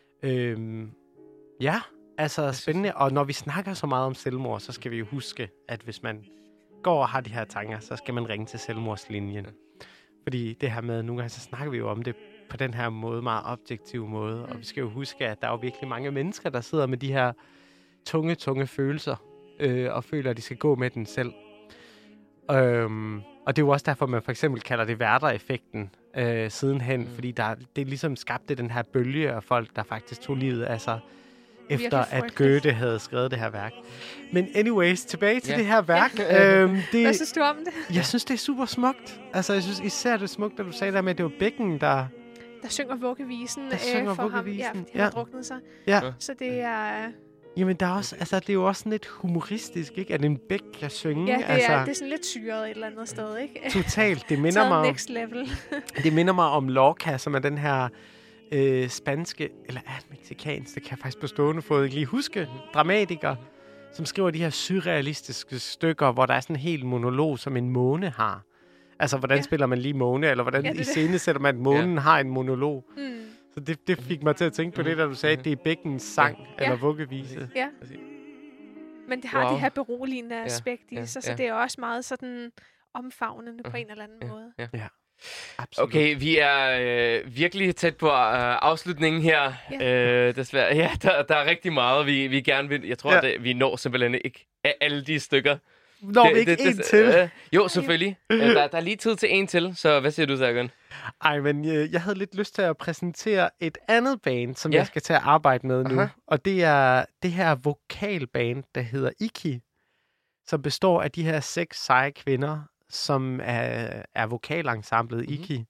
Altså spændende, og når vi snakker så meget om selvmord, så skal vi jo huske, at hvis man går og har de her tanker, så skal man ringe til selvmordslinjen. Fordi det her med, nogle gange så snakker vi jo om det på den her måde, meget objektive måde, og vi skal jo huske, at der er jo virkelig mange mennesker, der sidder med de her tunge følelser, og føler, at de skal gå med den selv. Og det er jo også derfor, man for eksempel kalder det Werther-effekten sidenhen, fordi det er ligesom skabte den her bølge af folk, der faktisk tog livet af sig, efter at Goethe havde skrevet det her værk. Men anyways, tilbage til det her værk. Hvad synes du om det? Jeg synes, det er super smukt. Altså, jeg synes især det er smukt, at du sagde der med, at det var bækken, der synger vuggevisen for ham. Ja, fordi han har druknet sig. Ja. Så det er... Jamen, der er også, altså, det er jo også sådan lidt humoristisk, ikke? At en bæk kan synge. Ja, det er sådan lidt syret et eller andet sted, ikke? Totalt. Det minder mig next level. Det minder mig om Lorca, som er den her spanske, eller mexikansk, det kan jeg faktisk på stående fod ikke lige huske, dramatiker, som skriver de her surrealistiske stykker, hvor der er sådan en hel monolog, som en måne har. Altså, hvordan spiller man lige måne, eller hvordan iscenesætter man, at månen har en monolog. Så det fik mig til at tænke på det, da du sagde, at det er bækkens sang, eller vuggevise. Ja. Men det har det her beroligende aspekt i sig, så det er også meget sådan omfavnende på en eller anden måde. Ja. Absolut. Okay, vi er virkelig tæt på afslutningen her. Desværre. Ja, der er rigtig meget, vi gerne vil. Jeg tror, at vi når simpelthen ikke af alle de stykker. Når vi ikke en til? Jo, selvfølgelig. Der er lige tid til en til, så hvad siger du, Sargon? Ej, men jeg havde lidt lyst til at præsentere et andet band, som jeg skal til at arbejde med nu. Og det er det her vokalband, der hedder Iki, som består af de her 6 seje kvinder, som er vokalensemblet Iki.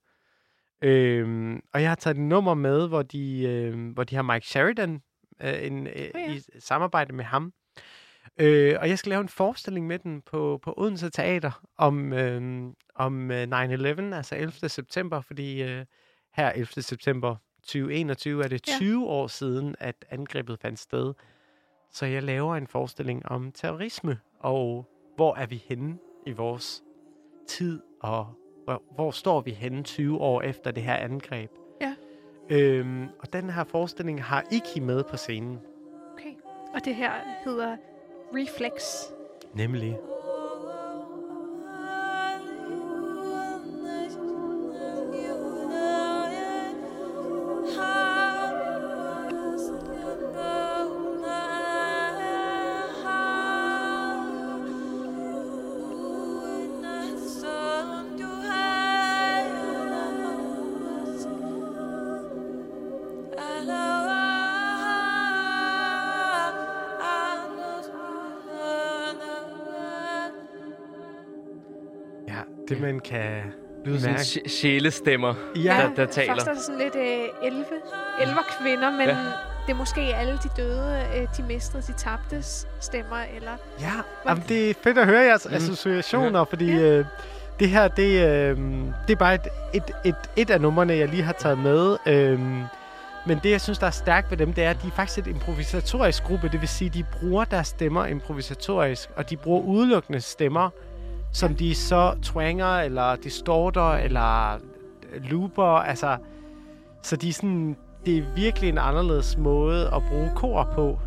Og jeg har taget et nummer med, hvor de har Mike Sheridan i samarbejde med ham. Og jeg skal lave en forestilling med den på Odense Teater om 9/11, altså 11. september, fordi her 11. september 2021 er det 20 år siden, at angrebet fandt sted. Så jeg laver en forestilling om terrorisme, og hvor er vi henne i vores tid, og hvor står vi henne 20 år efter det her angreb. Ja. Og den her forestilling har Iki med på scenen. Okay, og det her hedder Reflex. Nemlig. Det, man kan lyde sådan sjælestemmer, der taler. Først er der sådan lidt 11 kvinder, men det er måske alle de døde, de mistede, de tabte stemmer, eller... Ja, jamen, det er fedt at høre jeres associationer, fordi det her, det er bare et af numrene, jeg lige har taget med. Men det, jeg synes, der er stærkt ved dem, det er, at de er faktisk et improvisatorisk gruppe. Det vil sige, de bruger deres stemmer improvisatorisk, og de bruger udelukkende stemmer, som de så twanger, eller distorter, eller looper, altså... Så de er sådan, det er virkelig en anderledes måde at bruge kor på.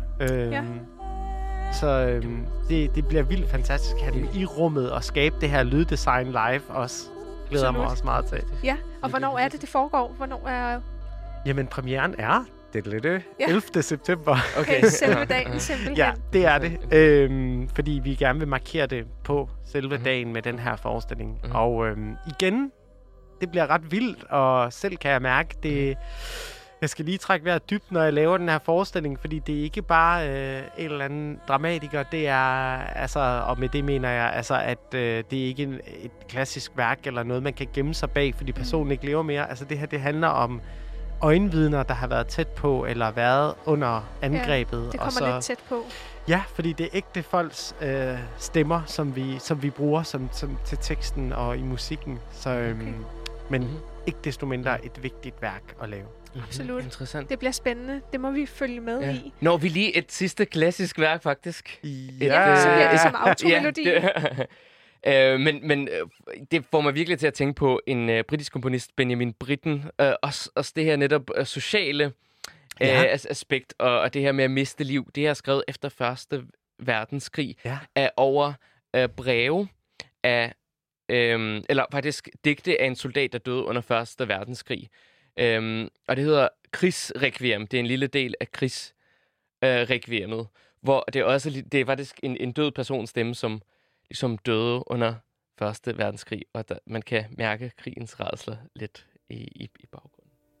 Så det bliver vildt fantastisk at have dem i rummet, og skabe det her lyddesign live også. Glæder mig også meget til. Ja, og hvornår er det foregår? Hvornår er... Jamen, premieren er... 11. september. Okay, selve dagen simpelthen. Ja, det er det. Fordi vi gerne vil markere det på selve dagen med den her forestilling. Og igen, det bliver ret vildt, og selv kan jeg mærke, det... Jeg skal lige trække vejret dybt, når jeg laver den her forestilling, fordi det er ikke bare en eller anden dramatiker, det er, altså, og med det mener jeg, altså, at det er ikke et klassisk værk eller noget, man kan gemme sig bag, fordi personen ikke lever mere. Altså, det her, det handler om øjenvidner, der har været tæt på, eller været under angrebet. Ja, det kommer lidt tæt på. Ja, fordi det er ægte folks stemmer, som vi bruger som til teksten og i musikken. Så, men ikke desto mindre et vigtigt værk at lave. Absolut. Interessant. Det bliver spændende. Det må vi følge med i. Når vi lige et sidste klassisk værk, faktisk. Ja, så bliver det som automelodi. Men det får mig virkelig til at tænke på en britisk komponist, Benjamin Britten. Også det her netop sociale aspekt, og det her med at miste liv. Det her er skrevet efter Første Verdenskrig af over breve af, eller faktisk digte af en soldat, der døde under Første Verdenskrig. Og det hedder Krigsrequiem. Det er en lille del af Krigsrequiemet, hvor det er faktisk en død persons stemme, som ligesom døde under Første Verdenskrig, og man kan mærke krigens rædsler lidt i baggrunden.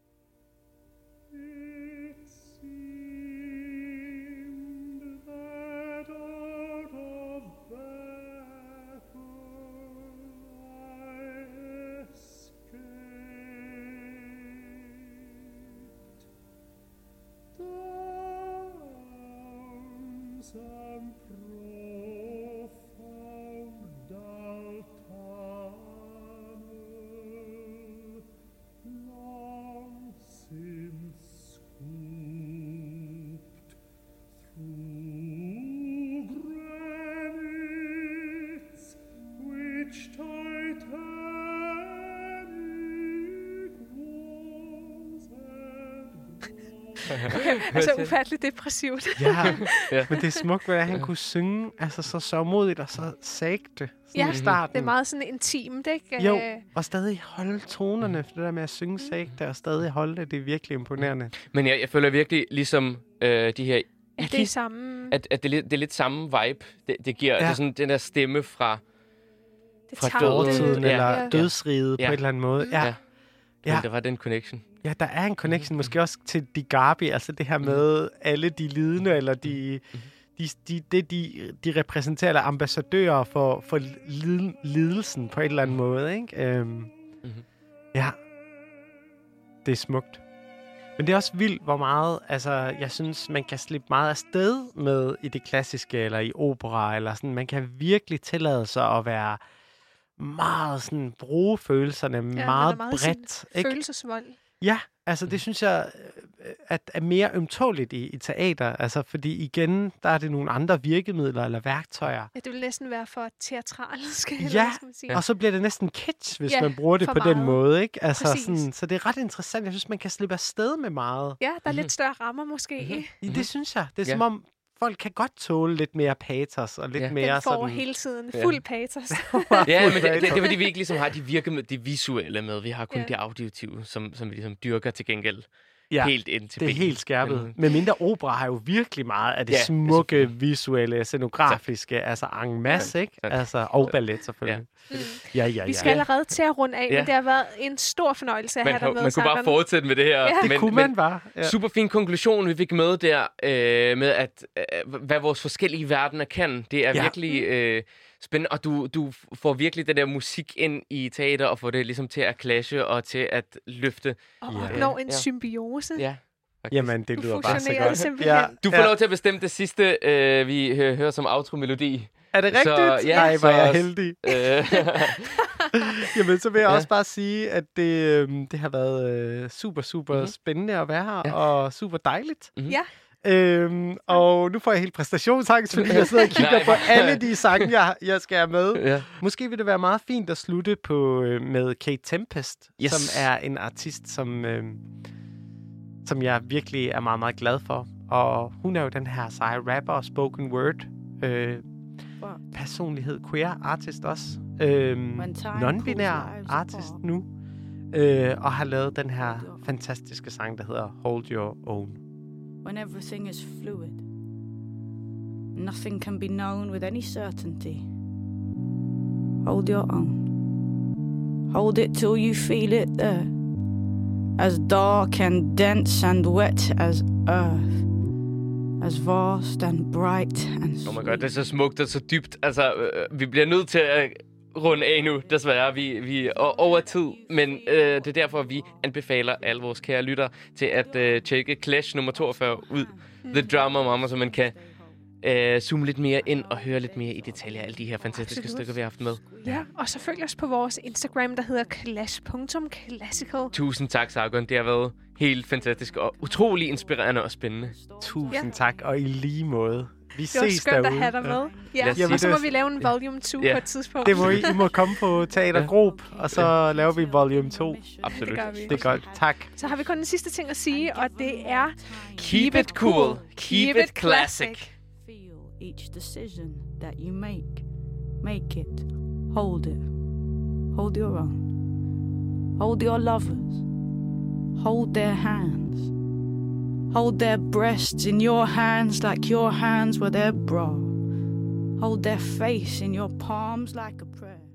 Altså ufatteligt depressivt. Ja, men det er smukt, hvordan han kunne synge altså så sørgmodigt og så sagte i starten. Det er meget sådan intimt, ikke? Jo, og stadig holde tonerne, for det der med at synge sagte og stadig holde det er virkelig imponerende. Men jeg føler virkelig ligesom de her... Ja, det er samme... At det er lidt samme vibe, det giver. Ja. Det er sådan den der stemme fra døden, eller dødsriget på en eller anden måde. Ja. Ja. Der var den connection. Ja, der er en connection, måske også til Di Garbi, altså det her med alle de lidende, eller de repræsenterer, eller ambassadører for lidelsen på en eller anden måde, ikke? Ja, det er smukt. Men det er også vildt, hvor meget, altså, jeg synes, man kan slippe meget afsted med i det klassiske, eller i opera, eller sådan. Man kan virkelig tillade sig at være meget sådan, bruge følelserne meget bredt. Følelsesvold. Ja, altså det synes jeg er mere ømtåligt i teater, altså fordi igen, der er det nogle andre virkemidler eller værktøjer. Ja, det vil næsten være for teatralsk. Ja, og så bliver det næsten kitsch, hvis man bruger det på den måde, ikke? Altså sådan, så det er ret interessant. Jeg synes, man kan slippe afsted med meget. Ja, der er lidt større rammer måske. Det synes jeg. Det er som om, folk kan godt tåle lidt mere patos og lidt mere den får sådan... hele tiden fuld patos. Ja, men det er fordi, vi ikke ligesom har de virkemidler, det visuelle med. Vi har kun det auditive, som vi ligesom dyrker til gengæld. Helt ind til det er helt skærpet. Men mindre opera har jo virkelig meget af det smukke, visuelle, scenografiske, altså en masse, ikke? Altså, og ballet selvfølgelig. Ja. Vi skal allerede til at runde af, men det har været en stor fornøjelse at have dig med. Man kunne bare fortsætte med det her. Ja. Det kunne man bare. Ja. Super fin konklusion, vi fik med der, med at hvad vores forskellige verdener kan. Det er virkelig spændende, og du får virkelig den der musik ind i teater, og får det ligesom til at clashe, og til at løfte. Og opnå en symbiose. Ja. Jamen, det lyder bare så godt. Simpelthen. Du får lov til at bestemme det sidste, vi hører som outro-melodi. Er det rigtigt? Så, Nej, hvor er jeg heldig. Jamen, så vil jeg også bare sige, at det har været super spændende at være her, og super dejligt. Ja. Og nu får jeg helt præstationsangst, fordi jeg sidder og kigger på alle de sange, jeg skal have med. Ja. Måske vil det være meget fint at slutte på med Kate Tempest, som er en artist, som jeg virkelig er meget, meget glad for. Og hun er jo den her seje rapper og spoken word personlighed, queer artist også. Non-binær artist nu. Og har lavet den her fantastiske sang, der hedder Hold Your Own. When everything is fluid, nothing can be known with any certainty. Hold your own. Hold it till you feel it there, as dark and dense and wet as earth, as vast and bright and sweet. Oh my god, det er så smukt og så dybt. Altså, vi bliver nødt til at runde af nu, desværre. Vi er over tid, men det er derfor, vi anbefaler alle vores kære lyttere til at tjekke Clash nummer 42 ud. The Drama Mama, så man kan zoome lidt mere ind og høre lidt mere i detaljer alle de her fantastiske stykker, vi har haft med. Ja, og så følg os på vores Instagram, der hedder clash.classical. Tusind tak, Sargon. Det har været helt fantastisk og utrolig inspirerende og spændende. Tusind tak, og i lige måde. Vi ses derude. Det var skønt at have dig med. Ja, og så må vi lave en volume 2 på et tidspunkt. Det må I må komme på Teater Grob, og så laver vi volume 2. Absolut. Det er godt. Tak. Så har vi kun den sidste ting at sige, og det er Keep it cool. Keep it classic. Feel each decision that you make it. Hold it. Hold your own. Hold your lovers. Hold their hands. Hold their breasts in your hands like your hands were their bra. Hold their face in your palms like a prayer.